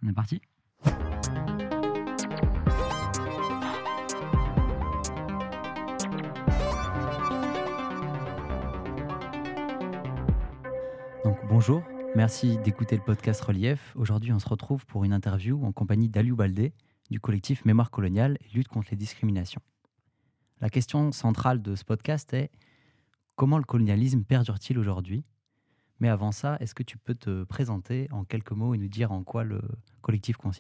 On est parti. Donc bonjour, merci d'écouter le podcast Relief. Aujourd'hui, on se retrouve pour une interview en compagnie d'Aliou Baldé du collectif Mémoire coloniale et lutte contre les discriminations. La question centrale de ce podcast est comment le colonialisme perdure-t-il aujourd'hui ? Mais avant ça, est-ce que tu peux te présenter en quelques mots et nous dire en quoi le collectif consiste ?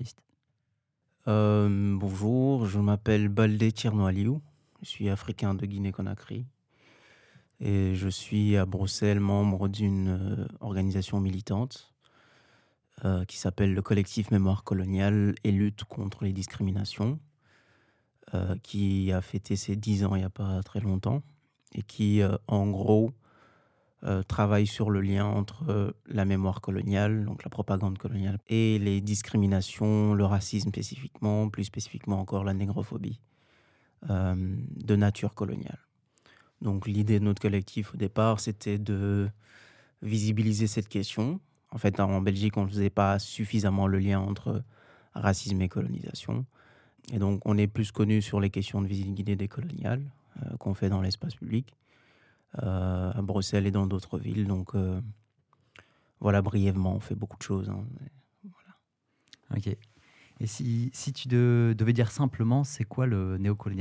Bonjour, je m'appelle Baldé Thierno Aliou, je suis africain de Guinée-Conakry et je suis à Bruxelles membre d'une organisation militante qui s'appelle le collectif Mémoire coloniale et lutte contre les discriminations, qui a fêté ses 10 ans il n'y a pas très longtemps et qui en gros travaille sur le lien entre la mémoire coloniale, donc la propagande coloniale, et les discriminations, le racisme spécifiquement, plus spécifiquement encore la négrophobie de nature coloniale. Donc l'idée de notre collectif au départ, c'était de visibiliser cette question. En fait, en Belgique, on ne faisait pas suffisamment le lien entre racisme et colonisation. Et donc, on est plus connu sur les questions de visite guidée décoloniale qu'on fait dans l'espace public. À Bruxelles et dans d'autres villes. Donc voilà, brièvement, on fait beaucoup de choses. Voilà. Ok. Et si tu devais dire simplement, c'est quoi le néocolonialisme ?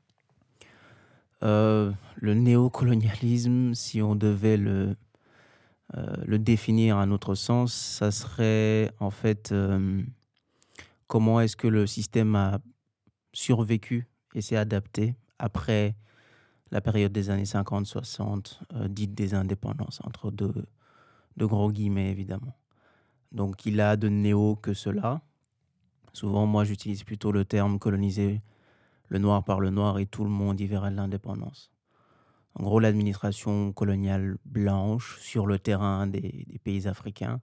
Le néocolonialisme, si on devait le définir à notre sens, ça serait en fait comment est-ce que le système a survécu et s'est adapté après la période des années 50-60, dite des indépendances, entre deux gros guillemets évidemment. Donc il a de néo que cela. Souvent, moi, j'utilise plutôt le terme coloniser le noir par le noir et tout le monde y verra l'indépendance. En gros, l'administration coloniale blanche sur le terrain des pays africains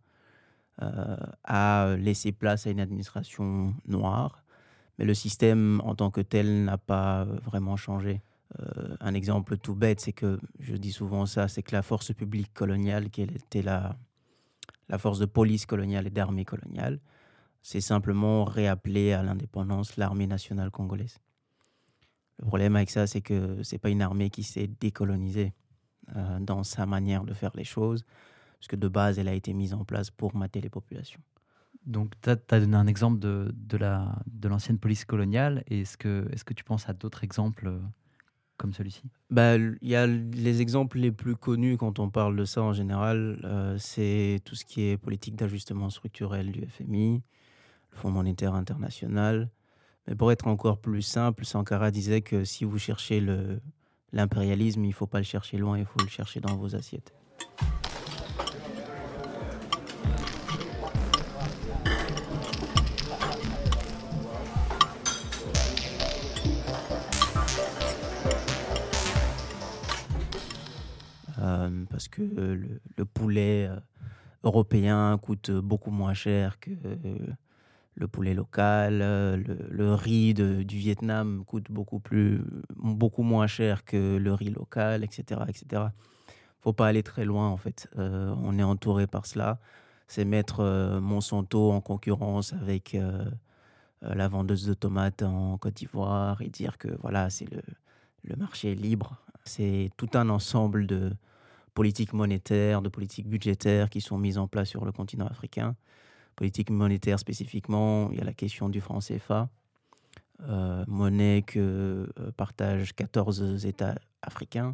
a laissé place à une administration noire, mais le système en tant que tel n'a pas vraiment changé. Un exemple tout bête, c'est que, je dis souvent ça, c'est que la force publique coloniale, qui était la force de police coloniale et d'armée coloniale, c'est simplement réappeler à l'indépendance l'armée nationale congolaise. Le problème avec ça, c'est que ce n'est pas une armée qui s'est décolonisée dans sa manière de faire les choses, parce que de base, elle a été mise en place pour mater les populations. Donc, tu as donné un exemple de l'ancienne police coloniale. Et est-ce que tu penses à d'autres exemples comme celui-ci ? Il y a les exemples les plus connus quand on parle de ça en général, c'est tout ce qui est politique d'ajustement structurel du FMI, le Fonds monétaire international. Mais pour être encore plus simple, Sankara disait que si vous cherchez l'impérialisme, il ne faut pas le chercher loin, il faut le chercher dans vos assiettes. Parce que le poulet européen coûte beaucoup moins cher que le poulet local, le riz du Vietnam coûte beaucoup moins cher que le riz local, etc., etc. Faut pas aller très loin en fait. On est entouré par cela. C'est mettre Monsanto en concurrence avec la vendeuse de tomates en Côte d'Ivoire et dire que voilà, c'est le marché libre. C'est tout un ensemble de politiques monétaires, de politiques budgétaires qui sont mises en place sur le continent africain. Politique monétaire spécifiquement, il y a la question du franc CFA, monnaie que partagent 14 États africains,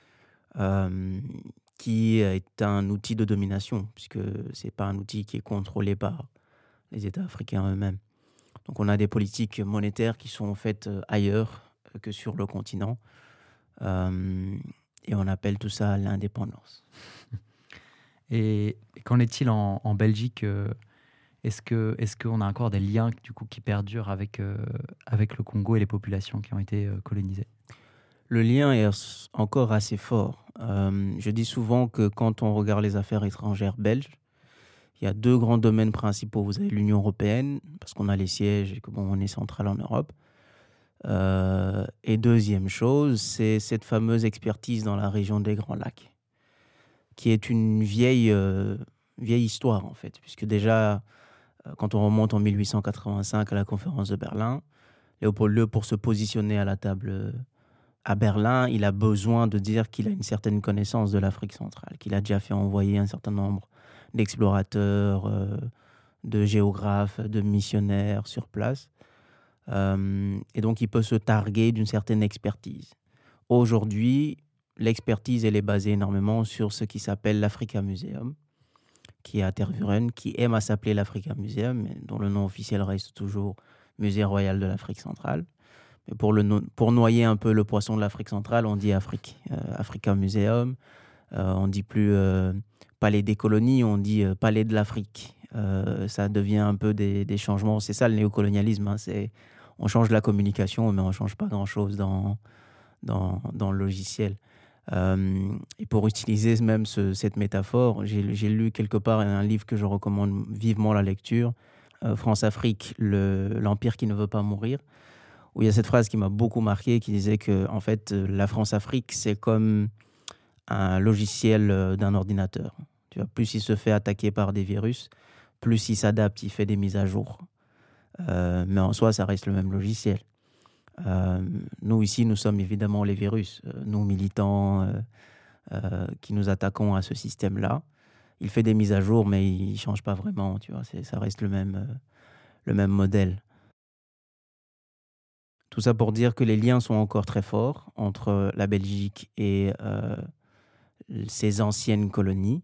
qui est un outil de domination, puisque ce n'est pas un outil qui est contrôlé par les États africains eux-mêmes. Donc on a des politiques monétaires qui sont faites ailleurs que sur le continent, et on appelle tout ça l'indépendance. Et qu'en est-il en Belgique ? Est-ce qu'on a encore des liens du coup, qui perdurent avec le Congo et les populations qui ont été colonisées ? Le lien est encore assez fort. Je dis souvent que quand on regarde les affaires étrangères belges, il y a 2 grands domaines principaux. Vous avez l'Union européenne, parce qu'on a les sièges et qu'on est central en Europe. Et deuxième chose, c'est cette fameuse expertise dans la région des Grands Lacs, qui est une vieille histoire en fait, puisque déjà Quand on remonte en 1885 à la conférence de Berlin, Léopold II, pour se positionner à la table à Berlin, il a besoin de dire qu'il a une certaine connaissance de l'Afrique centrale, qu'il a déjà fait envoyer un certain nombre d'explorateurs, de géographes, de missionnaires sur place. Et donc, il peut se targuer d'une certaine expertise. Aujourd'hui, l'expertise, elle est basée énormément sur ce qui s'appelle l'Africa Museum, qui est à Tervuren, qui aime à s'appeler l'Africa Museum, mais dont le nom officiel reste toujours Musée royal de l'Afrique centrale. Mais pour noyer un peu le poisson de l'Afrique centrale, on dit Africa Museum. On dit plus Palais des colonies, on dit Palais de l'Afrique. Ça devient un peu des changements. C'est ça le néocolonialisme. Hein. On change la communication, mais on ne change pas grand-chose dans le logiciel. Et pour utiliser même cette métaphore, j'ai lu quelque part un livre que je recommande vivement la lecture, France-Afrique, l'empire qui ne veut pas mourir, où il y a cette phrase qui m'a beaucoup marqué, qui disait que en fait, la France-Afrique, c'est comme un logiciel d'un ordinateur. Tu vois, plus il se fait attaquer par des virus, plus il s'adapte, il fait des mises à jour. Mais en soi, ça reste le même logiciel. Nous, ici, nous sommes évidemment les virus. Nous, militants qui nous attaquons à ce système-là. Il fait des mises à jour, mais il ne change pas vraiment. Tu vois, ça reste le même modèle. Tout ça pour dire que les liens sont encore très forts entre la Belgique et ses anciennes colonies.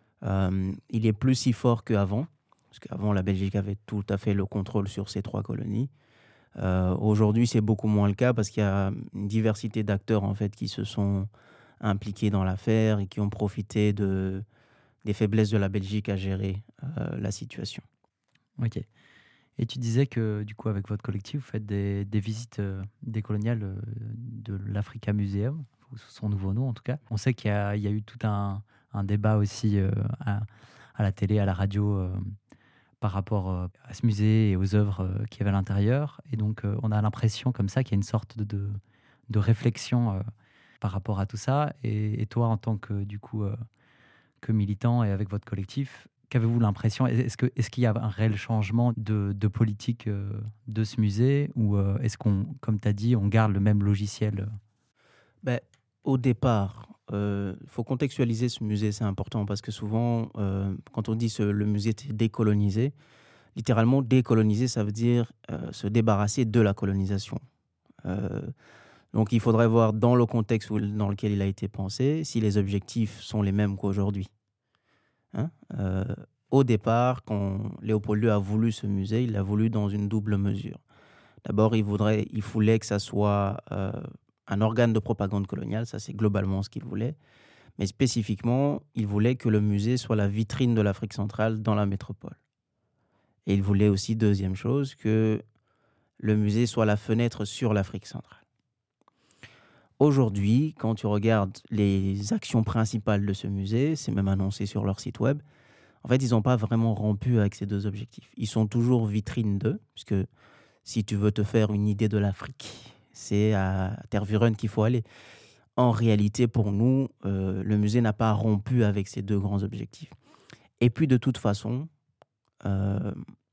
Il est plus si fort qu'avant, parce qu'avant, la Belgique avait tout à fait le contrôle sur ces 3 colonies. Aujourd'hui, c'est beaucoup moins le cas parce qu'il y a une diversité d'acteurs en fait, qui se sont impliqués dans l'affaire et qui ont profité des faiblesses de la Belgique à gérer la situation. Ok. Et tu disais que du coup, avec votre collectif, vous faites des visites décoloniales de l'Africa Museum, sous son nouveau nom en tout cas. On sait qu'il y a eu tout un débat aussi à la télé, à la radio, par rapport à ce musée et aux œuvres qu'il y avait à l'intérieur. Et donc, on a l'impression comme ça qu'il y a une sorte de réflexion par rapport à tout ça. Et toi, en tant que, du coup, que militant et avec votre collectif, qu'avez-vous l'impression? Est-ce qu'il y a un réel changement de politique de ce musée? Ou est-ce qu'on, comme tu as dit, on garde le même logiciel? Au départ, faut contextualiser ce musée, c'est important parce que souvent, quand on dit le musée est décolonisé, littéralement décoloniser, ça veut dire se débarrasser de la colonisation. Donc il faudrait voir dans le contexte dans lequel il a été pensé si les objectifs sont les mêmes qu'aujourd'hui. Hein? Au départ, quand Léopold II a voulu ce musée, il l'a voulu dans une double mesure. D'abord, il voulait que ça soit un organe de propagande coloniale, ça c'est globalement ce qu'il voulait. Mais spécifiquement, il voulait que le musée soit la vitrine de l'Afrique centrale dans la métropole. Et il voulait aussi, deuxième chose, que le musée soit la fenêtre sur l'Afrique centrale. Aujourd'hui, quand tu regardes les actions principales de ce musée, c'est même annoncé sur leur site web, en fait, ils n'ont pas vraiment rompu avec ces 2 objectifs. Ils sont toujours vitrine d'eux, puisque si tu veux te faire une idée de l'Afrique, c'est à Tervuren qu'il faut aller. En réalité, pour nous, le musée n'a pas rompu avec ces 2 grands objectifs. Et puis, de toute façon, il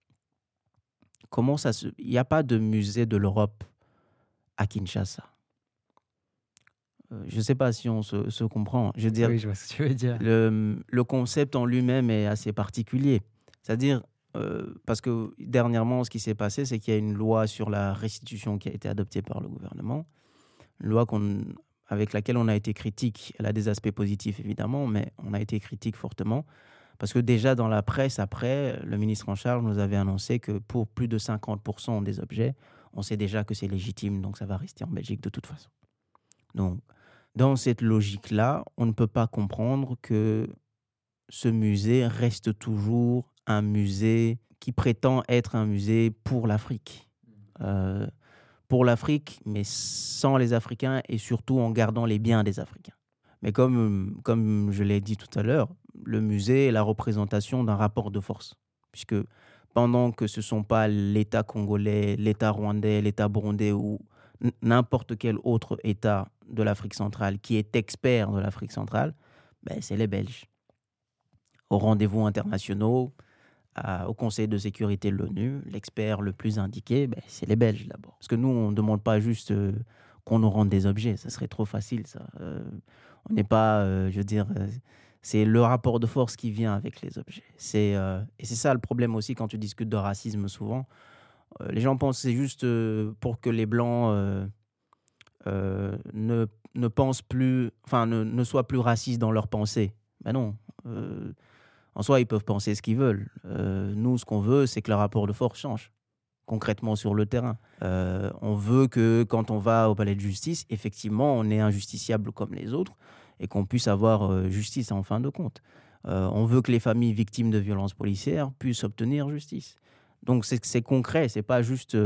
n'y a pas de musée de l'Europe à Kinshasa. Je ne sais pas si on se comprend. Je veux dire, oui, je vois ce que tu veux dire. Le concept en lui-même est assez particulier. C'est-à-dire, parce que dernièrement, ce qui s'est passé, c'est qu'il y a une loi sur la restitution qui a été adoptée par le gouvernement. Une loi avec laquelle on a été critique. Elle a des aspects positifs, évidemment, mais on a été critique fortement. Parce que déjà, dans la presse, après, le ministre en charge nous avait annoncé que pour plus de 50% des objets, on sait déjà que c'est légitime, donc ça va rester en Belgique de toute façon. Donc, dans cette logique-là, on ne peut pas comprendre que ce musée reste toujours un musée qui prétend être un musée pour l'Afrique. Pour l'Afrique, mais sans les Africains et surtout en gardant les biens des Africains. Mais comme je l'ai dit tout à l'heure, le musée est la représentation d'un rapport de force. Puisque pendant que ce ne sont pas l'État congolais, l'État rwandais, l'État burundais ou n'importe quel autre État de l'Afrique centrale qui est expert de l'Afrique centrale, c'est les Belges. Aux rendez-vous internationaux, au Conseil de sécurité de l'ONU, l'expert le plus indiqué, c'est les Belges d'abord. Parce que nous, on ne demande pas juste qu'on nous rende des objets. Ça serait trop facile, ça. On n'est pas, c'est le rapport de force qui vient avec les objets. Et c'est ça le problème aussi quand tu discutes de racisme souvent. Les gens pensent que c'est juste pour que les Blancs ne pensent plus, enfin, ne soient plus racistes dans leur pensée. Ben non. En soi, ils peuvent penser ce qu'ils veulent. Nous, ce qu'on veut, c'est que le rapport de force change concrètement sur le terrain. On veut que quand on va au palais de justice, effectivement, on est injusticiable comme les autres et qu'on puisse avoir justice en fin de compte. On veut que les familles victimes de violences policières puissent obtenir justice. Donc c'est concret, c'est pas juste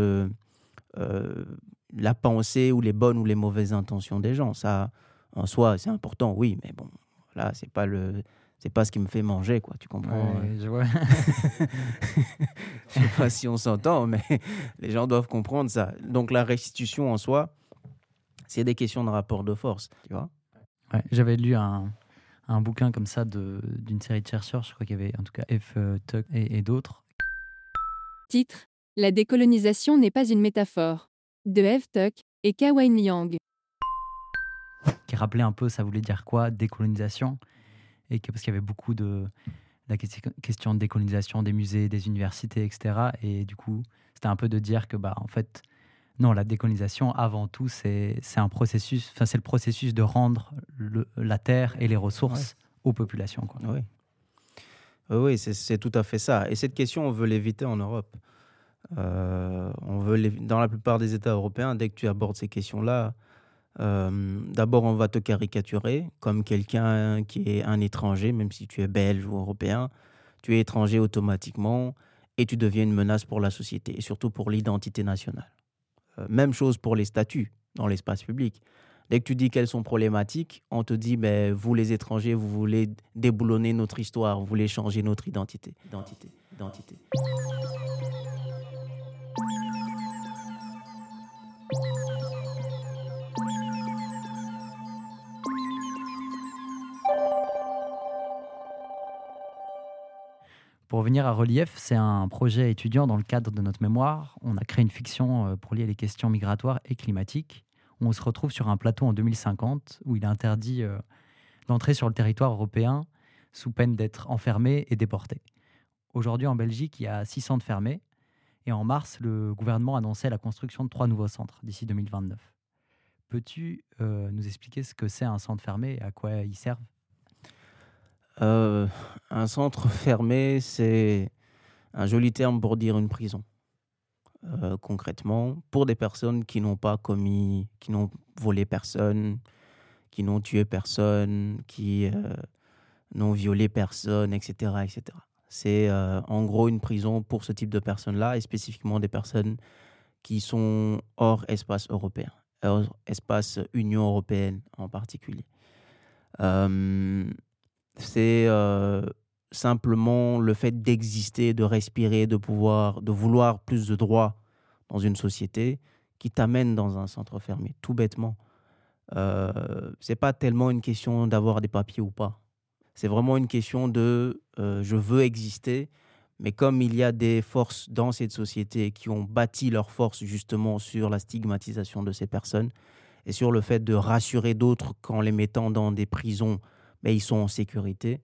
la pensée ou les bonnes ou les mauvaises intentions des gens. Ça, en soi, c'est important, oui, mais bon, là, c'est pas ce qui me fait manger, quoi. Tu comprends? Ouais, je vois. Je sais pas si on s'entend, mais les gens doivent comprendre ça. Donc la restitution en soi, c'est des questions de rapport de force, tu vois. Ouais, j'avais lu un bouquin comme ça d'une série de chercheurs, je crois qu'il y avait en tout cas F. Tuck et d'autres. Titre: La décolonisation n'est pas une métaphore, de F. Tuck et Kawen Liang. Qui rappelait un peu ça voulait dire quoi, décolonisation, parce qu'il y avait beaucoup de la question de décolonisation des musées, des universités, etc. Et du coup, c'était un peu de dire que, en fait, non, la décolonisation, avant tout, c'est un processus, c'est le processus de rendre la terre et les ressources aux populations, quoi. Oui, oui, c'est tout à fait ça. Et cette question, on veut l'éviter en Europe. Dans la plupart des États européens, dès que tu abordes ces questions-là, d'abord, on va te caricaturer comme quelqu'un qui est un étranger, même si tu es belge ou européen. Tu es étranger automatiquement et tu deviens une menace pour la société et surtout pour l'identité nationale. Même chose pour les statuts dans l'espace public. Dès que tu dis qu'elles sont problématiques, on te dit vous les étrangers, vous voulez déboulonner notre histoire, vous voulez changer notre identité. Pour revenir à Relief, c'est un projet étudiant dans le cadre de notre mémoire. On a créé une fiction pour lier les questions migratoires et climatiques. On se retrouve sur un plateau en 2050 où il est interdit d'entrer sur le territoire européen sous peine d'être enfermé et déporté. Aujourd'hui, en Belgique, il y a 6 centres fermés. Et en mars, le gouvernement annonçait la construction de 3 nouveaux centres d'ici 2029. Peux-tu nous expliquer ce que c'est un centre fermé et à quoi ils servent ? Un centre fermé, c'est un joli terme pour dire une prison. Concrètement, pour des personnes qui n'ont pas commis, qui n'ont volé personne, qui n'ont tué personne, qui n'ont violé personne, etc., etc. C'est en gros une prison pour ce type de personnes-là et spécifiquement des personnes qui sont hors espace européen, hors espace Union européenne en particulier. C'est simplement le fait d'exister, de respirer, de vouloir plus de droits dans une société qui t'amène dans un centre fermé, tout bêtement. C'est pas tellement une question d'avoir des papiers ou pas. C'est vraiment une question de je veux exister, mais comme il y a des forces dans cette société qui ont bâti leur force justement sur la stigmatisation de ces personnes et sur le fait de rassurer d'autres qu'en les mettant dans des prisons, ils sont en sécurité.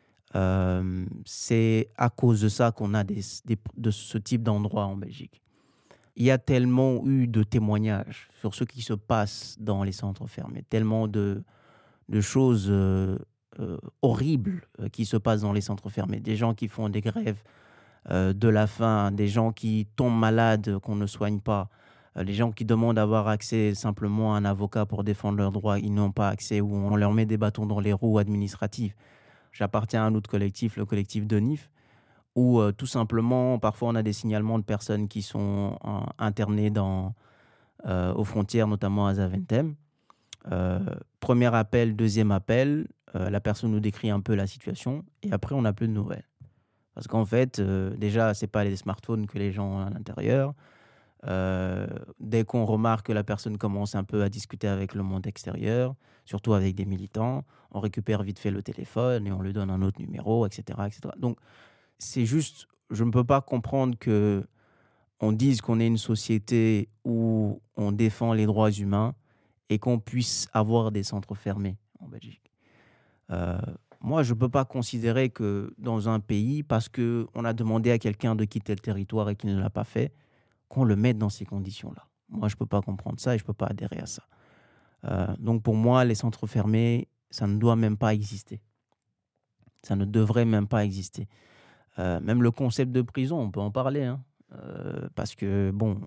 C'est à cause de ça qu'on a de ce type d'endroits en Belgique. Il y a tellement eu de témoignages sur ce qui se passe dans les centres fermés, tellement de choses horribles qui se passent dans les centres fermés. Des gens qui font des grèves de la faim, des gens qui tombent malades, qu'on ne soigne pas, les gens qui demandent d'avoir accès simplement à un avocat pour défendre leurs droits, ils n'ont pas accès, ou on leur met des bâtons dans les roues administratives. J'appartiens à un autre collectif, le collectif Donif, où tout simplement, parfois on a des signalements de personnes qui sont internées aux frontières, notamment à Zaventem. Premier appel, deuxième appel, la personne nous décrit un peu la situation, et après on n'a plus de nouvelles. Parce qu'en fait, déjà, ce n'est pas les smartphones que les gens ont à l'intérieur. Dès qu'on remarque que la personne commence un peu à discuter avec le monde extérieur, surtout avec des militants, on récupère vite fait le téléphone et on lui donne un autre numéro, etc., etc. Donc, c'est juste je ne peux pas comprendre que on dise qu'on est une société où on défend les droits humains et qu'on puisse avoir des centres fermés en Belgique. Euh, Moi, je ne peux pas considérer que dans un pays, parce qu'on a demandé à quelqu'un de quitter le territoire et qu'il ne l'a pas fait, qu'on le mette dans ces conditions-là. Moi, je ne peux pas comprendre ça et je ne peux pas adhérer à ça. Donc, pour moi, les centres fermés, ça ne doit même pas exister. Ça ne devrait même pas exister. Même le concept de prison, on peut en parler, hein. Parce que, bon,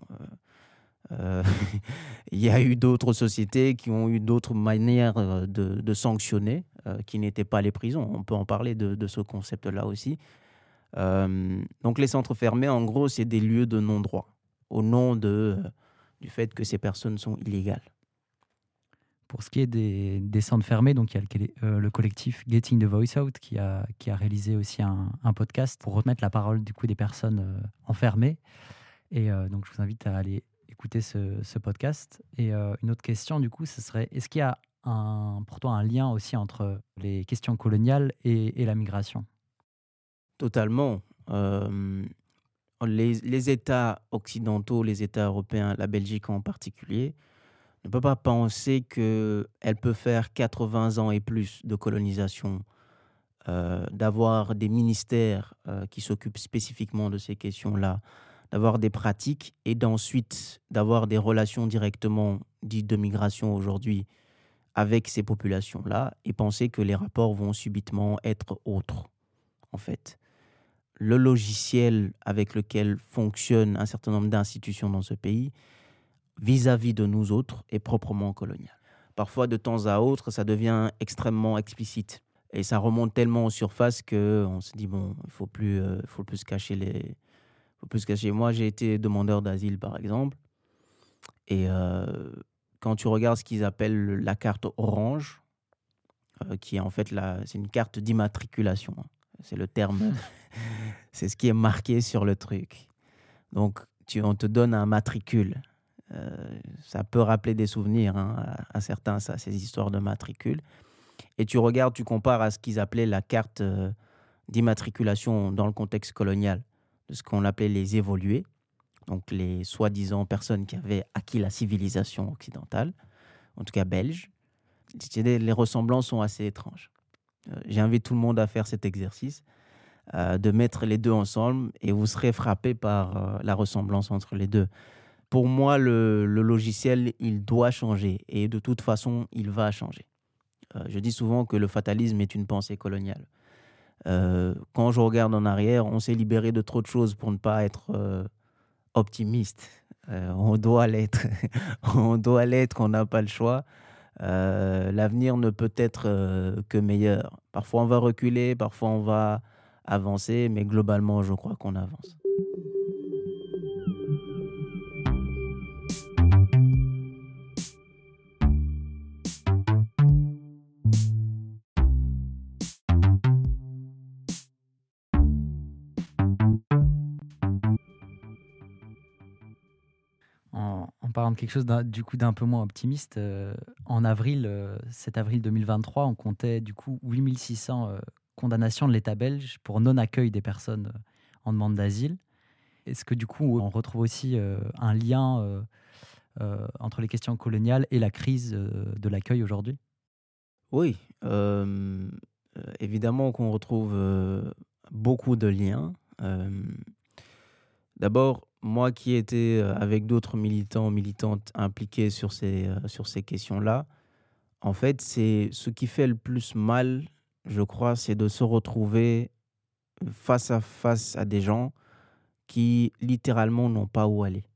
il y a eu d'autres sociétés qui ont eu d'autres manières de sanctionner qui n'étaient pas les prisons. On peut en parler de ce concept-là aussi. Donc, les centres fermés, en gros, c'est des lieux de non-droit au nom du fait que ces personnes sont illégales. Pour ce qui est des centres fermés, donc il y a le collectif Getting the Voice Out qui a réalisé aussi un podcast pour remettre la parole du coup des personnes enfermées. Et donc je vous invite à aller écouter ce podcast. Et une autre question du coup, ce serait, est-ce qu'il y a pour toi un lien aussi entre les questions coloniales et la migration ? Totalement. Les États occidentaux, les États européens, la Belgique en particulier, ne peut pas penser qu'elle peut faire 80 ans et plus de colonisation, d'avoir des ministères qui s'occupent spécifiquement de ces questions-là, d'avoir des pratiques et d'ensuite d'avoir des relations directement dites de migration aujourd'hui avec ces populations-là et penser que les rapports vont subitement être autres, en fait. Le logiciel avec lequel fonctionnent un certain nombre d'institutions dans ce pays vis-à-vis de nous autres est proprement colonial. Parfois, de temps à autre, ça devient extrêmement explicite. Et ça remonte tellement en surface qu'on se dit, bon, il ne faut plus se cacher faut plus se cacher. Moi, j'ai été demandeur d'asile, par exemple. Et quand tu regardes ce qu'ils appellent la carte orange, qui est en fait c'est une carte d'immatriculation. C'est le terme, c'est ce qui est marqué sur le truc. Donc, on te donne un matricule. Ça peut rappeler des souvenirs à certains, ça, ces histoires de matricule. Et tu regardes, tu compares à ce qu'ils appelaient la carte d'immatriculation dans le contexte colonial, de ce qu'on appelait les évolués, donc les soi-disant personnes qui avaient acquis la civilisation occidentale, en tout cas belge. Les ressemblances sont assez étranges. J'invite tout le monde à faire cet exercice, de mettre les deux ensemble et vous serez frappé par la ressemblance entre les deux. Pour moi, le logiciel, il doit changer et de toute façon, il va changer. Je dis souvent que le fatalisme est une pensée coloniale. Quand je regarde en arrière, on s'est libéré de trop de choses pour ne pas être optimiste. On doit l'être. On doit l'être, on n'a pas le choix. L'avenir ne peut être que meilleur. Parfois, on va reculer, parfois, on va avancer, mais globalement, je crois qu'on avance. En parlant de quelque chose d'un peu moins optimiste, en avril, 7 avril 2023, on comptait du coup 8600 condamnations de l'État belge pour non-accueil des personnes en demande d'asile. Est-ce que du coup, on retrouve aussi un lien entre les questions coloniales et la crise de l'accueil aujourd'hui ? Oui, évidemment qu'on retrouve beaucoup de liens. D'abord, moi qui étais avec d'autres militants, militantes impliqués sur ces questions-là, en fait, c'est ce qui fait le plus mal, je crois, c'est de se retrouver face à des gens qui littéralement n'ont pas où aller.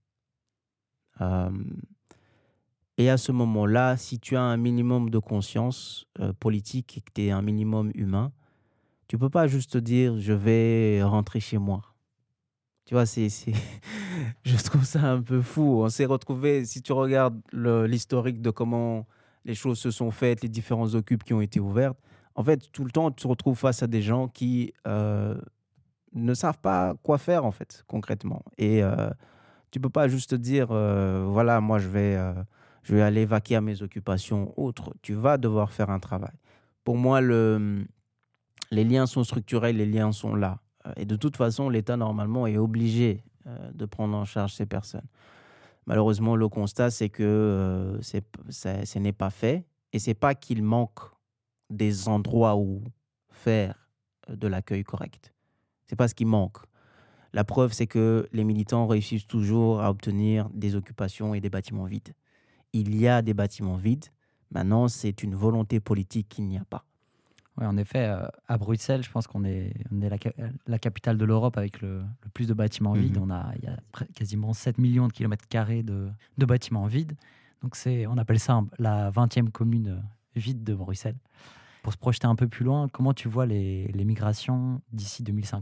Et à ce moment-là, si tu as un minimum de conscience politique et que tu es un minimum humain, tu ne peux pas juste te dire « je vais rentrer chez moi ». Tu vois, je trouve ça un peu fou. On s'est retrouvés, si tu regardes l'historique de comment les choses se sont faites, les différents occupes qui ont été ouvertes, en fait, tout le temps, tu te retrouves face à des gens qui ne savent pas quoi faire, en fait, concrètement. Et tu ne peux pas juste te dire, voilà, moi, je vais aller vaquer à mes occupations autres. Tu vas devoir faire un travail. Pour moi, les liens sont structurels, les liens sont là. Et de toute façon, l'État, normalement, est obligé de prendre en charge ces personnes. Malheureusement, le constat, c'est que ce n'est pas fait. Et ce n'est pas qu'il manque des endroits où faire de l'accueil correct. Ce n'est pas ce qui manque. La preuve, c'est que les militants réussissent toujours à obtenir des occupations et des bâtiments vides. Il y a des bâtiments vides. Maintenant, c'est une volonté politique qu'il n'y a pas. Oui, en effet, à Bruxelles, je pense qu'on est la capitale de l'Europe avec le plus de bâtiments vides. Il y a quasiment 7 millions de kilomètres carrés de bâtiments vides. Donc on appelle ça la 20e commune vide de Bruxelles. Pour se projeter un peu plus loin, comment tu vois les migrations d'ici 2050 ?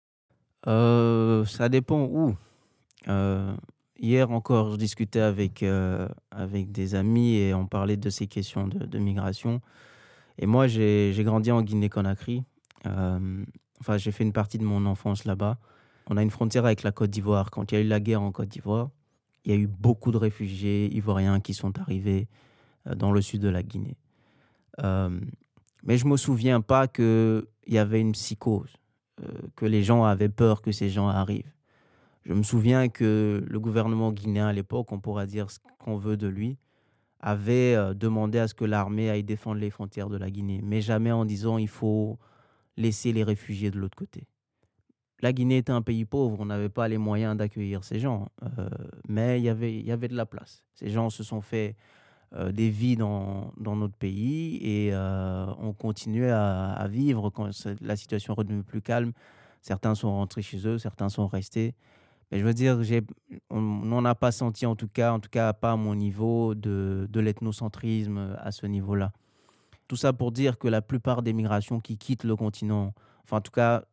Ça dépend où. Hier encore, je discutais avec des amis et on parlait de ces questions de migration. Et moi, j'ai grandi en Guinée-Conakry. J'ai fait une partie de mon enfance là-bas. On a une frontière avec la Côte d'Ivoire. Quand il y a eu la guerre en Côte d'Ivoire, il y a eu beaucoup de réfugiés ivoiriens qui sont arrivés dans le sud de la Guinée. Mais je ne me souviens pas qu'il y avait une psychose, que les gens avaient peur que ces gens arrivent. Je me souviens que le gouvernement guinéen à l'époque, on pourra dire ce qu'on veut de lui, avait demandé à ce que l'armée aille défendre les frontières de la Guinée, mais jamais en disant il faut laisser les réfugiés de l'autre côté. La Guinée était un pays pauvre, on n'avait pas les moyens d'accueillir ces gens, mais il y avait de la place. Ces gens se sont fait des vies dans notre pays et ont continué à vivre quand la situation est redevenue plus calme. Certains sont rentrés chez eux, certains sont restés. Mais je veux dire, on n'en a pas senti, en tout cas pas à mon niveau, de l'ethnocentrisme à ce niveau-là. Tout ça pour dire que la plupart des migrations qui quittent le continent, enfin en tout cas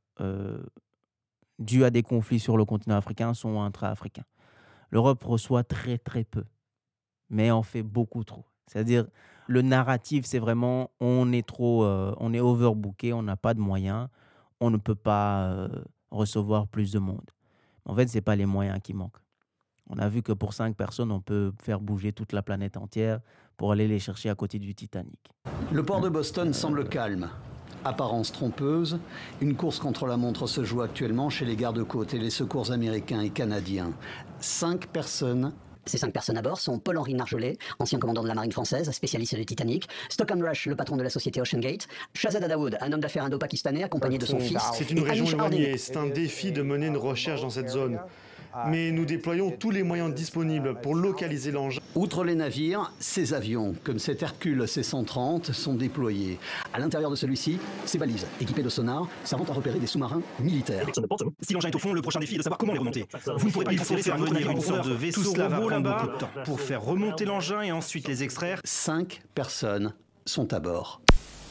dues à des conflits sur le continent africain, sont intra-africains. L'Europe reçoit très très peu, mais en fait beaucoup trop. C'est-à-dire, le narratif, c'est vraiment on est overbooké, on n'a pas de moyens, on ne peut pas recevoir plus de monde. En fait, ce n'est pas les moyens qui manquent. On a vu que pour 5 personnes, on peut faire bouger toute la planète entière pour aller les chercher à côté du Titanic. Le port de Boston semble calme. Apparence trompeuse, une course contre la montre se joue actuellement chez les gardes-côtes et les secours américains et canadiens. 5 personnes. Ces 5 personnes à bord sont Paul-Henri Narjolet, ancien commandant de la marine française, spécialiste du Titanic, Stockton Rush, le patron de la société Ocean Gate, Shahzada Dawood, un homme d'affaires indo-pakistanais accompagné de son fils. C'est une région éloignée, c'est un défi de mener une recherche dans cette zone. Mais nous déployons tous les moyens disponibles pour localiser l'engin. Outre les navires, ces avions, comme cet Hercule C-130, sont déployés. À l'intérieur de celui-ci, ces balises, équipées de sonars, servant à repérer des sous-marins militaires. Si l'engin est au fond, le prochain défi est de savoir comment les remonter. Vous ne pourrez pas y faire venir une sorte de vaisseau robot là-bas pour faire remonter l'engin et ensuite les extraire. 5 personnes sont à bord.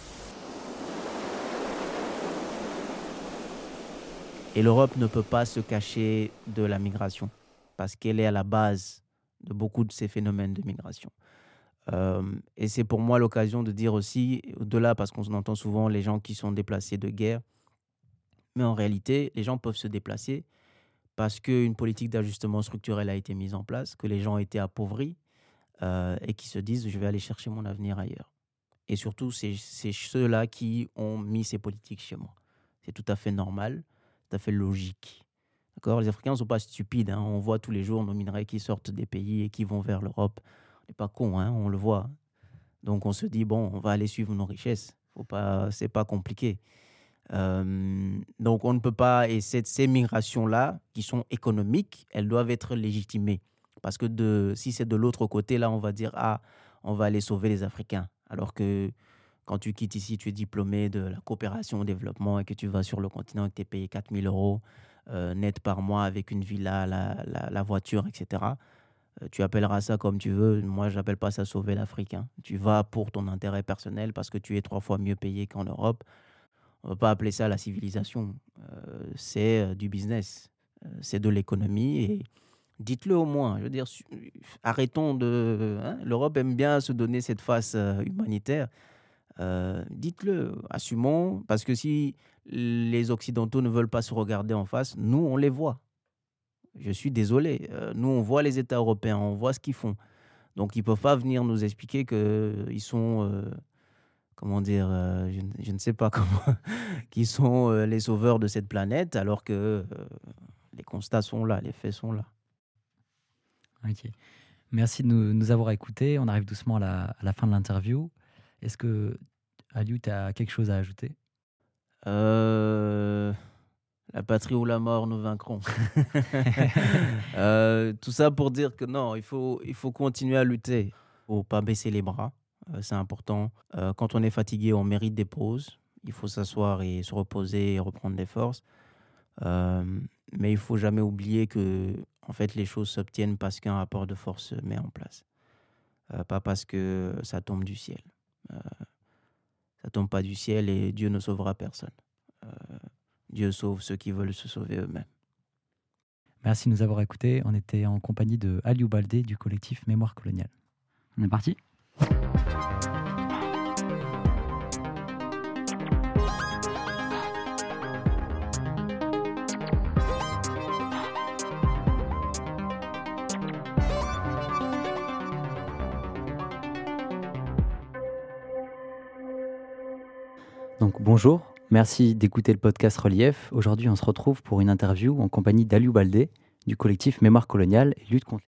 Et l'Europe ne peut pas se cacher de la migration parce qu'elle est à la base de beaucoup de ces phénomènes de migration. Et c'est pour moi l'occasion de dire aussi, au-delà, parce qu'on entend souvent les gens qui sont déplacés de guerre, mais en réalité, les gens peuvent se déplacer parce qu'une politique d'ajustement structurel a été mise en place, que les gens ont été appauvris et qui se disent « je vais aller chercher mon avenir ailleurs ». Et surtout, c'est ceux-là qui ont mis ces politiques chez moi. C'est tout à fait normal. Tout à fait logique. D'accord ? Les Africains ne sont pas stupides. On voit tous les jours nos minerais qui sortent des pays et qui vont vers l'Europe. On n'est pas cons, on le voit. Donc on se dit, bon, on va aller suivre nos richesses. Ce n'est pas compliqué. Donc on ne peut pas... Et ces migrations-là, qui sont économiques, elles doivent être légitimées. Parce que si c'est de l'autre côté, là, on va dire, on va aller sauver les Africains. Alors que quand tu quittes ici, tu es diplômé de la coopération au développement et que tu vas sur le continent et que tu es payé 4 000 € net par mois avec une villa, la voiture, etc. Tu appelleras ça comme tu veux. Moi, je n'appelle pas ça sauver l'Afrique. Tu vas pour ton intérêt personnel parce que tu es 3 fois mieux payé qu'en Europe. On ne va pas appeler ça la civilisation. C'est du business. C'est de l'économie et dites-le au moins. Je veux dire, arrêtons de... L'Europe aime bien se donner cette face humanitaire. Dites-le, assumons, parce que si les Occidentaux ne veulent pas se regarder en face, nous, on les voit. Je suis désolé. Nous, on voit les États européens, on voit ce qu'ils font. Donc, ils ne peuvent pas venir nous expliquer qu'ils sont comment dire, je ne sais pas comment, qui sont les sauveurs de cette planète, alors que les constats sont là, les faits sont là. Ok. Merci de nous avoir écoutés. On arrive doucement à la fin de l'interview. Est-ce que, Aliou, tu as quelque chose à ajouter? La patrie ou la mort, nous vaincrons. Tout ça pour dire que non, il faut continuer à lutter. Il ne faut pas baisser les bras, c'est important. Quand on est fatigué, on mérite des pauses. Il faut s'asseoir et se reposer et reprendre des forces. Mais il ne faut jamais oublier que en fait, les choses s'obtiennent parce qu'un rapport de force se met en place. Pas parce que ça tombe du ciel. Ça ne tombe pas du ciel et Dieu ne sauvera personne. Dieu sauve ceux qui veulent se sauver eux-mêmes. Merci de nous avoir écoutés. On était en compagnie de Aliou Baldé du collectif Mémoire coloniale. On est parti? Donc bonjour, merci d'écouter le podcast Relief. Aujourd'hui, on se retrouve pour une interview en compagnie d'Aliou Baldé du collectif Mémoire coloniale et lutte contre